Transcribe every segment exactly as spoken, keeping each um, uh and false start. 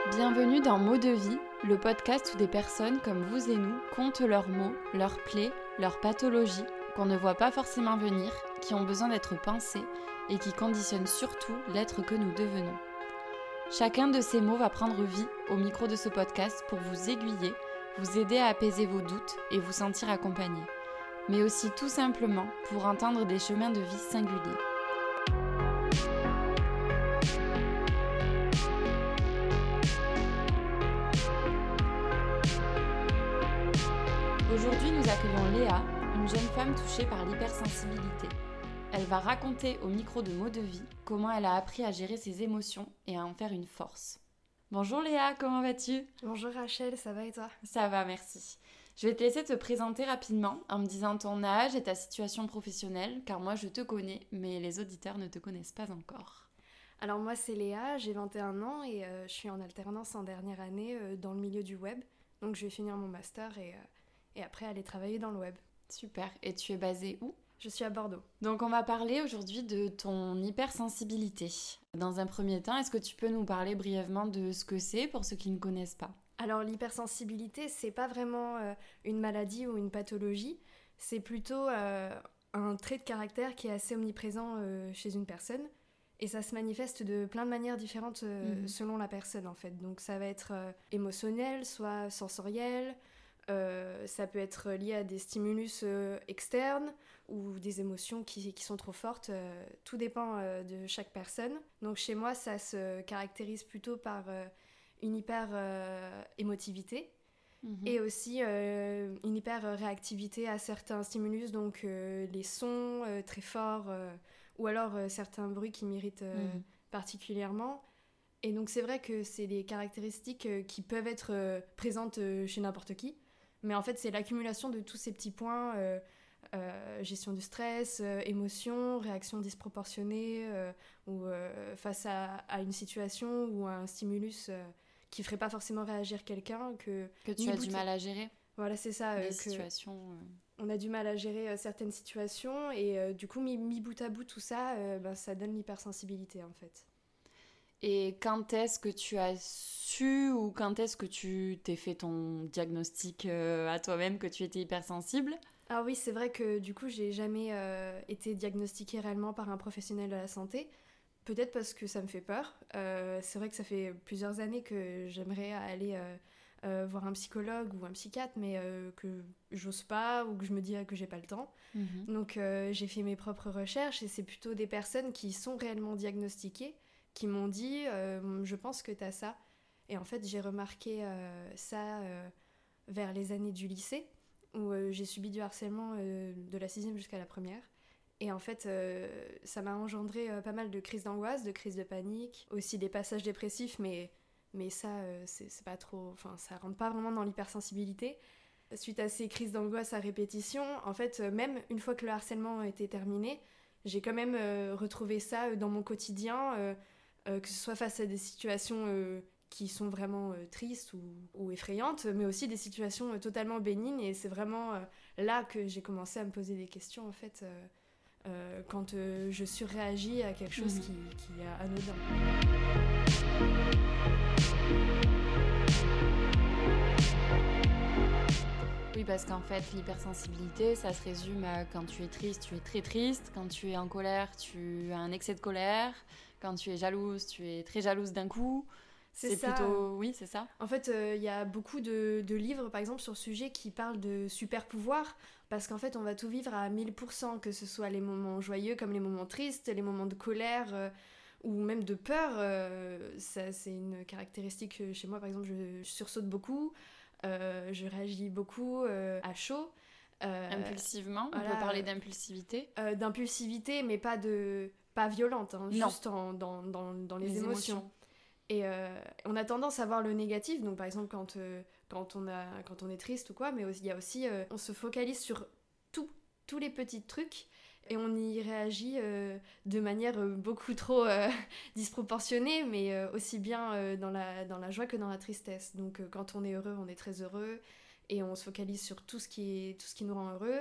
Bienvenue dans Mots de vie, le podcast où des personnes comme vous et nous content leurs maux, leurs plaies, leurs pathologies, qu'on ne voit pas forcément venir, qui ont besoin d'être pensées et qui conditionnent surtout l'être que nous devenons. Chacun de ces mots va prendre vie au micro de ce podcast pour vous aiguiller, vous aider à apaiser vos doutes et vous sentir accompagné, mais aussi tout simplement pour entendre des chemins de vie singuliers. Aujourd'hui, nous accueillons Léa, une jeune femme touchée par l'hypersensibilité. Elle va raconter au micro de Mots de vie comment elle a appris à gérer ses émotions et à en faire une force. Bonjour Léa, comment vas-tu ? Bonjour Rachel, ça va et toi ? Ça va, merci. Je vais te laisser te présenter rapidement en me disant ton âge et ta situation professionnelle, car moi je te connais, mais les auditeurs ne te connaissent pas encore. Alors moi c'est Léa, j'ai vingt et un ans et euh, je suis en alternance en dernière année euh, dans le milieu du web. Donc je vais finir mon master et, euh, et après aller travailler dans le web. Super, et tu es basée où ? Je suis à Bordeaux. Donc on va parler aujourd'hui de ton hypersensibilité. Dans un premier temps, est-ce que tu peux nous parler brièvement de ce que c'est pour ceux qui ne connaissent pas ? Alors l'hypersensibilité, c'est pas vraiment euh, une maladie ou une pathologie, c'est plutôt euh, un trait de caractère qui est assez omniprésent euh, chez une personne. Et ça se manifeste de plein de manières différentes euh, mmh. selon la personne en fait. Donc ça va être euh, émotionnel, soit sensoriel, euh, ça peut être lié à des stimulus euh, externes ou des émotions qui, qui sont trop fortes. Euh, tout dépend euh, de chaque personne. Donc chez moi, ça se caractérise plutôt par euh, une hyper-émotivité euh, mmh. et aussi euh, une hyper-réactivité à certains stimulus, donc euh, les sons euh, très forts euh, ou alors euh, certains bruits qui m'irritent euh, mmh. particulièrement. Et donc c'est vrai que c'est des caractéristiques euh, qui peuvent être euh, présentes euh, chez n'importe qui, mais en fait c'est l'accumulation de tous ces petits points, euh, euh, gestion du stress, euh, émotions, réactions disproportionnées, euh, ou euh, face à, à une situation ou à un stimulus euh, qui ferait pas forcément réagir quelqu'un, que... Que tu as du mal à gérer. Voilà, c'est ça. Des euh, situations... Euh... On a du mal à gérer euh, certaines situations et euh, du coup, mis, mis bout à bout tout ça, euh, ben, ça donne l'hypersensibilité en fait. Et quand est-ce que tu as su ou quand est-ce que tu t'es fait ton diagnostic euh, à toi-même que tu étais hypersensible ? Ah oui, c'est vrai que du coup, j'ai jamais euh, été diagnostiquée réellement par un professionnel de la santé. Peut-être parce que ça me fait peur. Euh, c'est vrai que ça fait plusieurs années que j'aimerais aller euh, euh, voir un psychologue ou un psychiatre, mais euh, que j'ose pas ou que je me dis que j'ai pas le temps. Mmh. Donc euh, j'ai fait mes propres recherches et c'est plutôt des personnes qui sont réellement diagnostiquées qui m'ont dit euh, « je pense que t'as ça ». Et en fait, j'ai remarqué euh, ça euh, vers les années du lycée, où euh, j'ai subi du harcèlement euh, de la sixième jusqu'à la première. Et en fait, euh, ça m'a engendré euh, pas mal de crises d'angoisse, de crises de panique, aussi des passages dépressifs, mais, mais ça, euh, c'est, c'est pas trop... Enfin, ça rentre pas vraiment dans l'hypersensibilité. Suite à ces crises d'angoisse à répétition, en fait, euh, même une fois que le harcèlement était terminé, j'ai quand même euh, retrouvé ça dans mon quotidien, euh, euh, que ce soit face à des situations euh, qui sont vraiment euh, tristes ou, ou effrayantes, mais aussi des situations euh, totalement bénignes. Et c'est vraiment euh, là que j'ai commencé à me poser des questions, en fait, euh, euh, quand euh, je surréagis à quelque chose mmh. qui, qui est anodin. Oui, parce qu'en fait, l'hypersensibilité, ça se résume à quand tu es triste, tu es très triste. Quand tu es en colère, tu as un excès de colère. Quand tu es jalouse, tu es très jalouse d'un coup. C'est, c'est ça. plutôt... Oui, c'est ça. En fait, il euh, y a beaucoup de, de livres, par exemple, sur ce sujet qui parlent de super-pouvoirs, parce qu'en fait, on va tout vivre à mille pour cent, que ce soit les moments joyeux comme les moments tristes, les moments de colère... Euh, ou même de peur. Euh, ça, c'est une caractéristique chez moi, par exemple, je, je sursaute beaucoup. Euh, je réagis beaucoup euh, à chaud. Euh, Impulsivement, voilà, on peut parler d'impulsivité. Euh, d'impulsivité, mais pas, de, pas violente, hein, juste en, dans, dans, dans les, les émotions. émotions. Et euh, on a tendance à voir le négatif, donc par exemple quand, euh, quand, on, a, quand on est triste ou quoi, mais il y a aussi, euh, on se focalise sur tout, tous les petits trucs, et on y réagit euh, de manière euh, beaucoup trop euh, disproportionnée, mais euh, aussi bien euh, dans, la, dans la joie que dans la tristesse. Donc euh, quand on est heureux, on est très heureux, et on se focalise sur tout ce qui, est, tout ce qui nous rend heureux.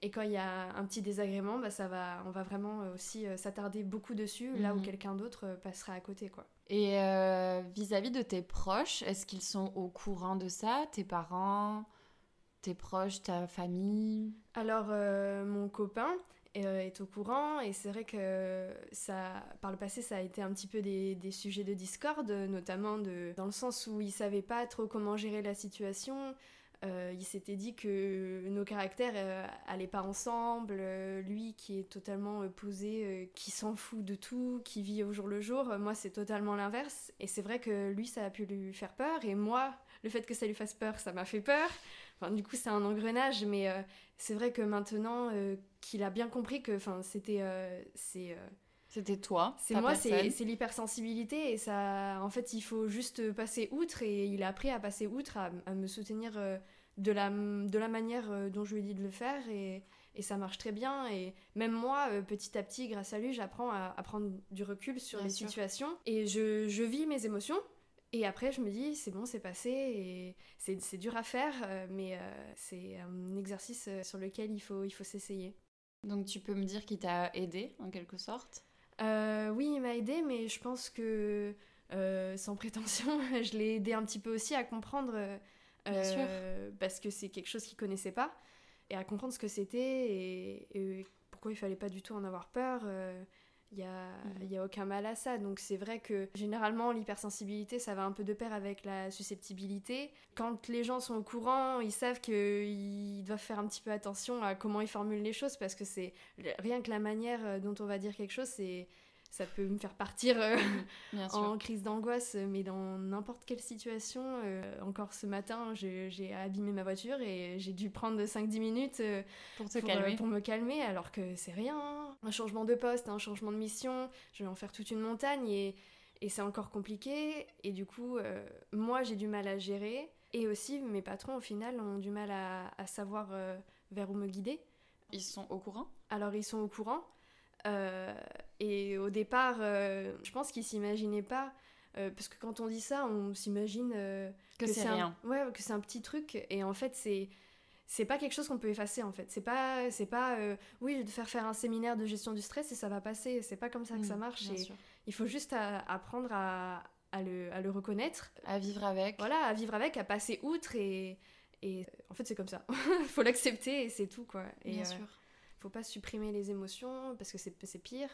Et quand il y a un petit désagrément, bah, ça va, on va vraiment aussi euh, s'attarder beaucoup dessus, mmh. là où quelqu'un d'autre euh, passera à côté, quoi. Et euh, vis-à-vis de tes proches, est-ce qu'ils sont au courant de ça? Tes parents, tes proches, ta famille? Alors, euh, mon copain euh, est au courant, et c'est vrai que ça, par le passé, ça a été un petit peu des, des sujets de discorde, notamment de, dans le sens où il savait pas trop comment gérer la situation. Euh, il s'était dit que nos caractères euh, allaient pas ensemble, euh, lui qui est totalement euh, posé, euh, qui s'en fout de tout, qui vit au jour le jour, euh, moi c'est totalement l'inverse, et c'est vrai que lui ça a pu lui faire peur, et moi le fait que ça lui fasse peur ça m'a fait peur, enfin, du coup c'est un engrenage, mais euh, c'est vrai que maintenant euh, qu'il a bien compris que c'était... Euh, c'est, euh, C'était toi, c'est moi, c'est, c'est l'hypersensibilité, et ça, en fait, il faut juste passer outre, et il a appris à passer outre, à, à me soutenir euh, de, la, de la manière euh, dont je lui ai dit de le faire, et, et ça marche très bien. Et même moi, euh, petit à petit, grâce à lui, j'apprends à, à prendre du recul sur bien les sûr. situations, et je, je vis mes émotions. Et après, je me dis, c'est bon, c'est passé, et c'est, c'est dur à faire, euh, mais euh, c'est un exercice sur lequel il faut, il faut s'essayer. Donc tu peux me dire qu'il t'a aidé, en quelque sorte ? Euh, oui, il m'a aidé, mais je pense que, euh, sans prétention, je l'ai aidé un petit peu aussi à comprendre, euh, Bien sûr. parce que c'est quelque chose qu'il connaissait pas, et à comprendre ce que c'était, et, et pourquoi il fallait pas du tout en avoir peur. Euh, il y a, mmh. y a aucun mal à ça. Donc c'est vrai que généralement l'hypersensibilité ça va un peu de pair avec la susceptibilité. Quand les gens sont au courant, ils savent qu'ils doivent faire un petit peu attention à comment ils formulent les choses, parce que c'est rien que la manière dont on va dire quelque chose, c'est ça peut me faire partir euh, mmh, en crise d'angoisse, mais dans n'importe quelle situation. Euh, encore ce matin, j'ai, j'ai abîmé ma voiture et j'ai dû prendre cinq dix minutes euh, pour, te pour, calmer. Euh, pour me calmer, alors que c'est rien. Un changement de poste, un changement de mission, je vais en faire toute une montagne, et, et c'est encore compliqué. Et du coup, euh, moi, j'ai du mal à gérer. Et aussi, mes patrons, au final, ont du mal à, à savoir euh, vers où me guider. Ils sont au courant ? Alors, ils sont au courant. Euh, et au départ, euh, je pense qu'ils s'imaginaient pas, euh, parce que quand on dit ça, on s'imagine euh, que, que c'est, c'est rien. Un, ouais, que c'est un petit truc, et en fait, c'est c'est pas quelque chose qu'on peut effacer, en fait. C'est pas, c'est pas euh, oui, je vais te faire faire un séminaire de gestion du stress et ça va passer. C'est pas comme ça que mmh, ça marche. Et il faut juste à, apprendre à, à, le, à le reconnaître, à vivre avec. Voilà, à vivre avec, à passer outre, et, et en fait, c'est comme ça. Il faut l'accepter et c'est tout, quoi. Et, Bien euh, sûr. Faut pas supprimer les émotions parce que c'est, c'est pire.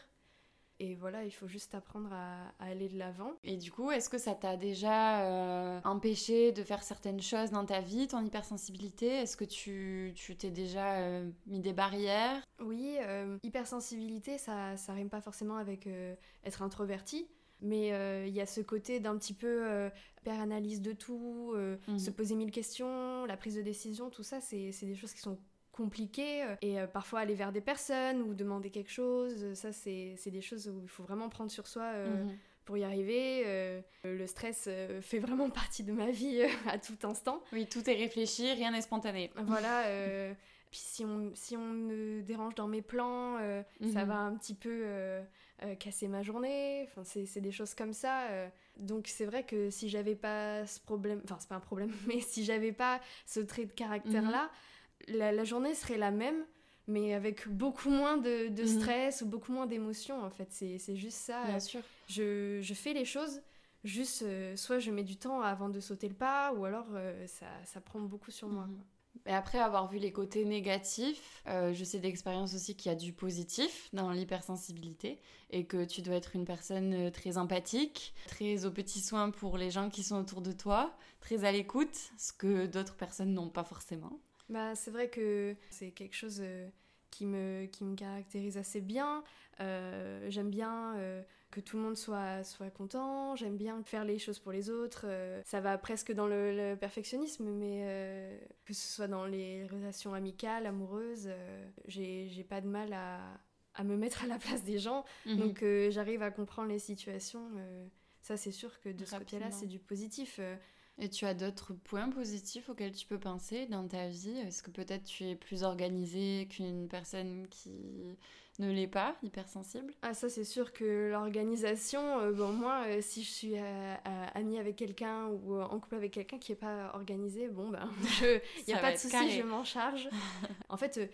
Et voilà, il faut juste apprendre à, à aller de l'avant. Et du coup, est-ce que ça t'a déjà euh, empêché de faire certaines choses dans ta vie, ton hypersensibilité ? Est-ce que tu, tu t'es déjà euh, mis des barrières ? Oui, euh, hypersensibilité, ça, ça rime pas forcément avec euh, être introverti. Mais il euh, y a ce côté d'un petit peu euh, hyper-analyse de tout, euh, mmh. se poser mille questions, la prise de décision, tout ça, c'est, c'est des choses qui sont compliqué, et euh, parfois aller vers des personnes ou demander quelque chose, ça c'est, c'est des choses où il faut vraiment prendre sur soi euh, mmh. pour y arriver. Euh, le stress euh, fait vraiment partie de ma vie euh, à tout instant. Oui, tout est réfléchi, rien n'est spontané. Voilà, euh, puis si on, si on me dérange dans mes plans, euh, mmh. ça va un petit peu euh, euh, casser ma journée, enfin, c'est, c'est des choses comme ça. Euh. Donc c'est vrai que si j'avais pas ce problème, enfin c'est pas un problème, mais si j'avais pas ce trait de caractère-là, mmh. La, la journée serait la même, mais avec beaucoup moins de, de stress mmh. ou beaucoup moins d'émotions, en fait. C'est, c'est juste ça. Bien sûr. Je, je fais les choses, juste euh, soit je mets du temps avant de sauter le pas, ou alors euh, ça, ça prend beaucoup sur moi. Mmh. Et après avoir vu les côtés négatifs, euh, je sais d'expérience aussi qu'il y a du positif dans l'hypersensibilité, et que tu dois être une personne très empathique, très aux petits soins pour les gens qui sont autour de toi, très à l'écoute, ce que d'autres personnes n'ont pas forcément. Bah, c'est vrai que c'est quelque chose euh, qui, me, qui me caractérise assez bien. Euh, j'aime bien euh, que tout le monde soit, soit content. J'aime bien faire les choses pour les autres. Euh, ça va presque dans le, le perfectionnisme, mais euh, que ce soit dans les relations amicales, amoureuses, euh, j'ai, j'ai pas de mal à, à me mettre à la place des gens. Mmh. Donc euh, j'arrive à comprendre les situations. Euh, ça, c'est sûr que de ce côté-là, c'est du positif. Euh, Et tu as d'autres points positifs auxquels tu peux penser dans ta vie ? Est-ce que peut-être tu es plus organisée qu'une personne qui ne l'est pas, hypersensible ? Ah, ça c'est sûr que l'organisation, euh, bon moi, euh, si je suis euh, euh, amie avec quelqu'un ou euh, en couple avec quelqu'un qui n'est pas organisé, bon ben, il n'y a pas de souci, je m'en charge. En fait, euh,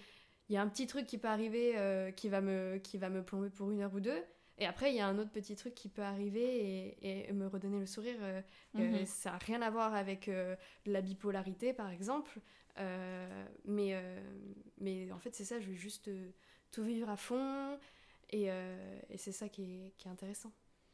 il y a un petit truc qui peut arriver euh, qui, va me, qui va me plomber pour une heure ou deux. Et après, il y a un autre petit truc qui peut arriver et, et me redonner le sourire. Euh, mm-hmm. euh, ça n'a rien à voir avec euh, la bipolarité, par exemple. Euh, mais, euh, mais en fait, c'est ça, je veux juste euh, tout vivre à fond. Et, euh, et c'est ça qui est, qui est intéressant.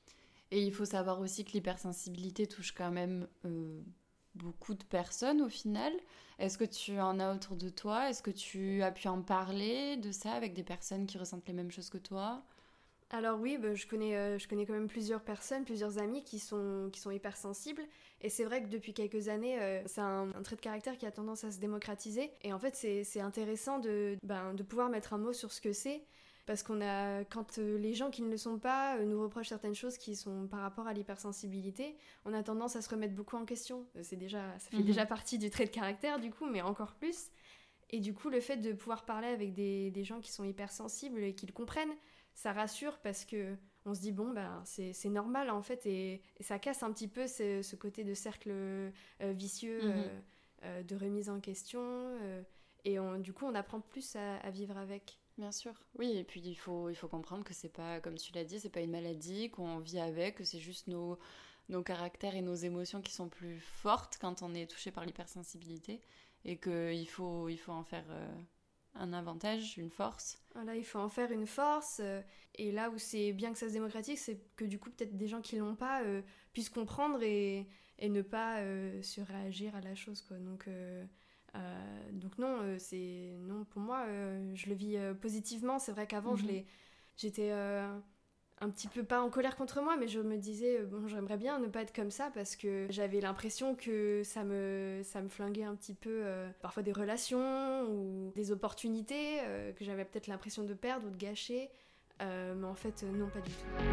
Et il faut savoir aussi que l'hypersensibilité touche quand même euh, beaucoup de personnes au final. Est-ce que tu en as autour de toi ? Est-ce que tu as pu en parler de ça avec des personnes qui ressentent les mêmes choses que toi ? Alors oui, bah, je, connais, euh, je connais quand même plusieurs personnes, plusieurs amis qui sont, qui sont hypersensibles. Et c'est vrai que depuis quelques années, euh, c'est un, un trait de caractère qui a tendance à se démocratiser. Et en fait, c'est, c'est intéressant de, ben, de pouvoir mettre un mot sur ce que c'est. Parce qu'on a, quand euh, les gens qui ne le sont pas euh, nous reprochent certaines choses qui sont par rapport à l'hypersensibilité, on a tendance à se remettre beaucoup en question. C'est déjà, ça fait mmh. déjà partie du trait de caractère du coup, mais encore plus. Et du coup, le fait de pouvoir parler avec des, des gens qui sont hypersensibles et qui le comprennent, ça rassure parce que on se dit bon ben c'est, c'est normal en fait et, et ça casse un petit peu ce, ce côté de cercle euh, vicieux mmh. euh, euh, de remise en question euh, et on, du coup on apprend plus à, à vivre avec. Bien sûr, oui, et puis il faut, il faut comprendre que c'est pas, comme tu l'as dit, c'est pas une maladie, qu'on vit avec, que c'est juste nos, nos caractères et nos émotions qui sont plus fortes quand on est touché par l'hypersensibilité et qu'il faut, il faut en faire euh, un avantage, une force. Voilà, il faut en faire une force euh, et là où c'est bien que ça se démocratise, c'est que du coup peut-être des gens qui l'ont pas euh, puissent comprendre et, et ne pas euh, surréagir à la chose, quoi. Donc... Euh, Euh, donc non, euh, c'est non pour moi, euh, je le vis euh, positivement. C'est vrai qu'avant, mmh. je l'ai, j'étais euh, un petit peu pas en colère contre moi, mais je me disais euh, bon, j'aimerais bien ne pas être comme ça parce que j'avais l'impression que ça me ça me flinguait un petit peu euh, parfois des relations ou des opportunités euh, que j'avais peut-être l'impression de perdre ou de gâcher, euh, mais en fait euh, non, pas du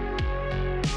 tout.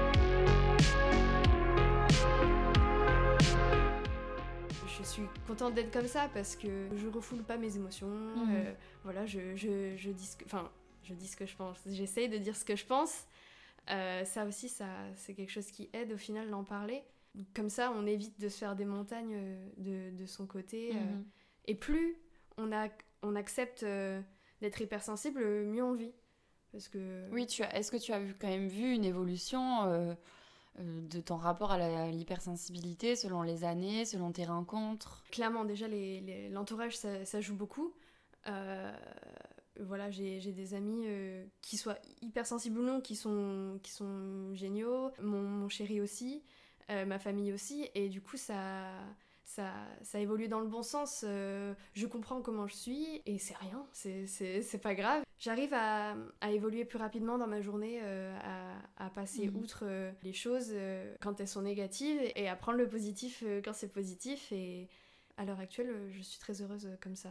Je suis contente d'être comme ça parce que je refoule pas mes émotions. Mmh. Euh, voilà, je, je, je, dis ce que, enfin, je dis ce que je pense. J'essaye de dire ce que je pense. Euh, ça aussi, ça, c'est quelque chose qui aide au final d'en parler. Comme ça, on évite de se faire des montagnes de, de son côté. Mmh. Euh, et plus on, a, on accepte euh, d'être hypersensible, mieux on vit. Parce que... Oui, tu as, est-ce que tu as quand même vu une évolution euh... de ton rapport à, la, à l'hypersensibilité selon les années, selon tes rencontres? Clairement, déjà, les, les, l'entourage, ça, ça joue beaucoup. Euh, voilà, j'ai, j'ai des amis euh, qui soient hypersensibles ou non, qui sont, qui sont géniaux. Mon, mon chéri aussi, euh, ma famille aussi. Et du coup, ça... Ça, ça évolue dans le bon sens, euh, je comprends comment je suis et c'est rien, c'est, c'est, c'est pas grave. J'arrive à, à évoluer plus rapidement dans ma journée, euh, à, à passer mmh. outre euh, les choses euh, quand elles sont négatives et à prendre le positif euh, quand c'est positif et à l'heure actuelle, euh, je suis très heureuse euh, comme ça.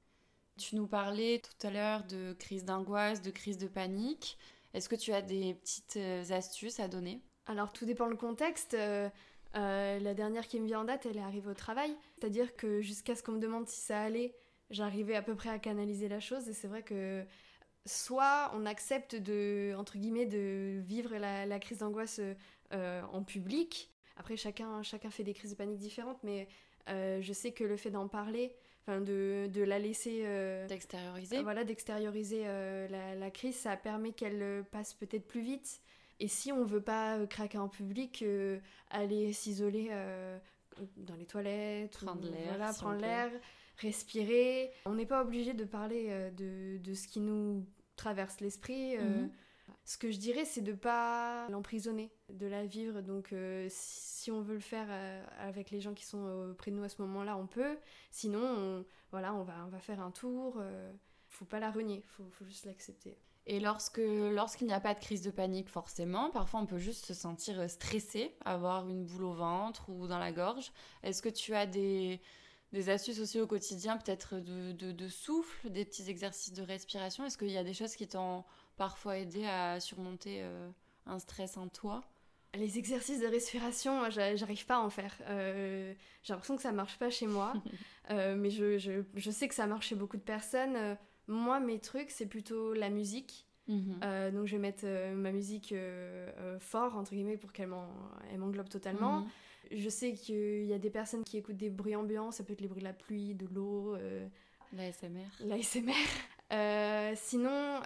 Tu nous parlais tout à l'heure de crise d'angoisse, de crise de panique. Est-ce que tu as des petites astuces à donner ? Alors tout dépend le contexte. Euh, Euh, la dernière qui me vient en date, elle est arrivée au travail. C'est-à-dire que jusqu'à ce qu'on me demande si ça allait, j'arrivais à peu près à canaliser la chose. Et c'est vrai que soit on accepte de, entre guillemets, de vivre la, la crise d'angoisse euh, en public. Après, chacun, chacun fait des crises de panique différentes, mais euh, je sais que le fait d'en parler, de, de la laisser... Euh, d'extérioriser. Euh, voilà, d'extérioriser euh, la, la crise, ça permet qu'elle passe peut-être plus vite. Et si on veut pas craquer en public, euh, aller s'isoler euh, dans les toilettes, prendre ou, l'air, voilà, si prendre l'air, respirer. On n'est pas obligé de parler euh, de, de ce qui nous traverse l'esprit. Euh, mm-hmm. Ce que je dirais, c'est de pas l'emprisonner, de la vivre. Donc, euh, si on veut le faire euh, avec les gens qui sont euh, près de nous à ce moment-là, on peut. Sinon, on, voilà, on va, on va faire un tour. Euh, faut pas la renier, faut, faut juste l'accepter. Et lorsque, lorsqu'il n'y a pas de crise de panique, forcément, parfois on peut juste se sentir stressé, avoir une boule au ventre ou dans la gorge. Est-ce que tu as des, des astuces aussi au quotidien, peut-être de, de, de souffle, des petits exercices de respiration ? Est-ce qu'il y a des choses qui t'ont parfois aidé à surmonter euh, un stress en toi ? Les exercices de respiration, moi, j'arrive pas à en faire. Euh, j'ai l'impression que ça marche pas chez moi, euh, mais je, je, je sais que ça marche chez beaucoup de personnes. Euh, Moi, mes trucs, c'est plutôt la musique. Mmh. Euh, donc, je vais mettre euh, ma musique euh, euh, fort, entre guillemets, pour qu'elle m'en, elle m'englobe totalement. Mmh. Je sais qu'il y a des personnes qui écoutent des bruits ambiants. Ça peut être les bruits de la pluie, de l'eau. Euh, L'A S M R. L'A S M R. Euh, sinon,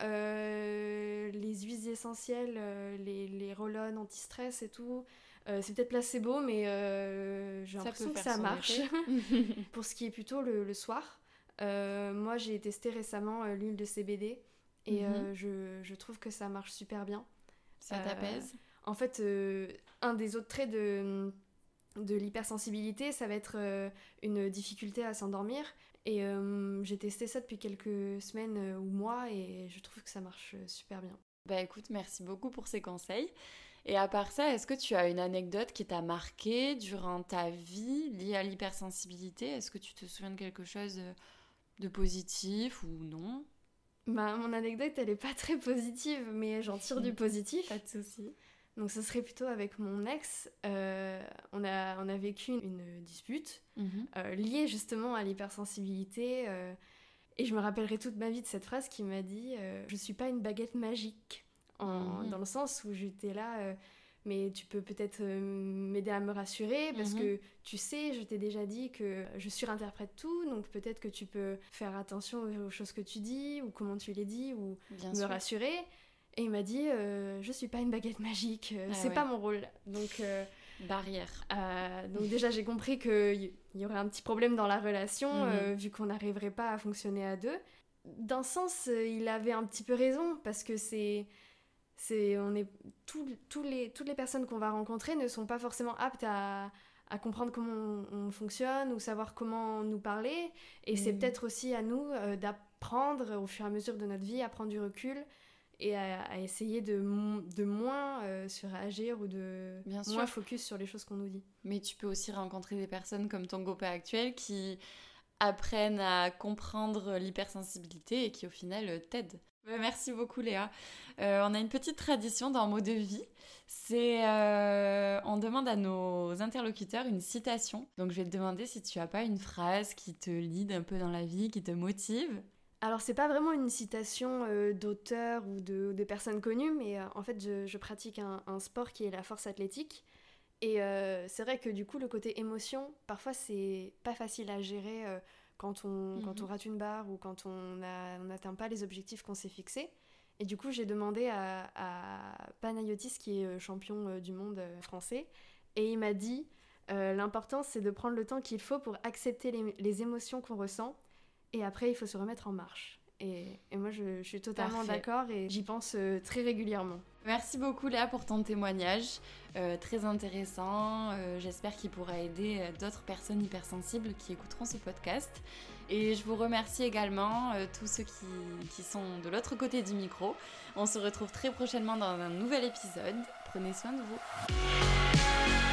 euh, les huiles essentielles, euh, les, les roll-on anti-stress et tout, euh, c'est peut-être placebo, mais euh, j'ai Ça l'impression peut que faire ça son marche. effet. Pour ce qui est plutôt le, le soir, euh, moi j'ai testé récemment euh, l'huile de C B D et Mhm. euh, je, je trouve que ça marche super bien. Ça Euh, t'apaise? En fait, euh, un des autres traits de, de l'hypersensibilité, ça va être euh, une difficulté à s'endormir. Et euh, j'ai testé ça depuis quelques semaines euh, ou mois et je trouve que ça marche euh, super bien. Bah écoute, merci beaucoup pour ces conseils. Et à part ça, est-ce que tu as une anecdote qui t'a marqué durant ta vie liée à l'hypersensibilité? Est-ce que tu te souviens de quelque chose de positif ou non? Bah, mon anecdote, elle est pas très positive, mais j'en tire du positif. Pas de souci. Donc ce serait plutôt avec mon ex. Euh, on, a, on a vécu une dispute Mhm. euh, liée justement à l'hypersensibilité. euh, et je me rappellerai toute ma vie de cette phrase qui m'a dit euh, je suis pas une baguette magique. En- Mhm. Dans le sens où j'étais là, euh, mais tu peux peut-être euh, m'aider à me rassurer parce Mhm. que tu sais, je t'ai déjà dit que je surinterprète tout, donc peut-être que tu peux faire attention aux choses que tu dis ou comment tu les dis ou Bien me sûr. rassurer. Et il m'a dit euh, je suis pas une baguette magique, euh, Ah c'est ouais. pas mon rôle. Donc, euh, Barrière. euh, donc déjà j'ai compris qu'il y aurait un petit problème dans la relation Mhm. euh, vu qu'on n'arriverait pas à fonctionner à deux. D'un sens, euh, il avait un petit peu raison parce que c'est, c'est, on est tous, tous les, toutes les personnes qu'on va rencontrer ne sont pas forcément aptes à, à comprendre comment on, on fonctionne ou savoir comment nous parler. Et c'est Mhm. peut-être aussi à nous euh, d'apprendre au fur et à mesure de notre vie, à prendre du recul et à, à essayer de, mo- de moins euh, surréagir ou de Bien moins sûr. focus sur les choses qu'on nous dit. Mais tu peux aussi rencontrer des personnes comme ton copain actuel qui apprennent à comprendre l'hypersensibilité et qui au final euh, t'aident. Ouais, merci beaucoup Léa. Euh, on a une petite tradition dans Mots de vie. C'est euh, on demande à nos interlocuteurs une citation. Donc je vais te demander si tu as pas une phrase qui te lead un peu dans la vie, qui te motive. Alors, c'est pas vraiment une citation euh, d'auteur ou de, de personnes connues, mais euh, en fait, je, je pratique un, un sport qui est la force athlétique. Et euh, c'est vrai que du coup, le côté émotion, parfois, c'est pas facile à gérer euh, quand, on, Mhm. quand on rate une barre ou quand on n'atteint pas les objectifs qu'on s'est fixés. Et du coup, j'ai demandé à, à Panayotis, qui est euh, champion euh, du monde euh, français, et il m'a dit euh, l'important, c'est de prendre le temps qu'il faut pour accepter les, les émotions qu'on ressent. Et après, il faut se remettre en marche. Et, et moi, je, je suis totalement Parfait. d'accord et j'y pense euh, très régulièrement. Merci beaucoup Léa pour ton témoignage, euh, très intéressant. Euh, j'espère qu'il pourra aider euh, d'autres personnes hypersensibles qui écouteront ce podcast. Et je vous remercie également euh, tous ceux qui, qui sont de l'autre côté du micro. On se retrouve très prochainement dans un nouvel épisode. Prenez soin de vous.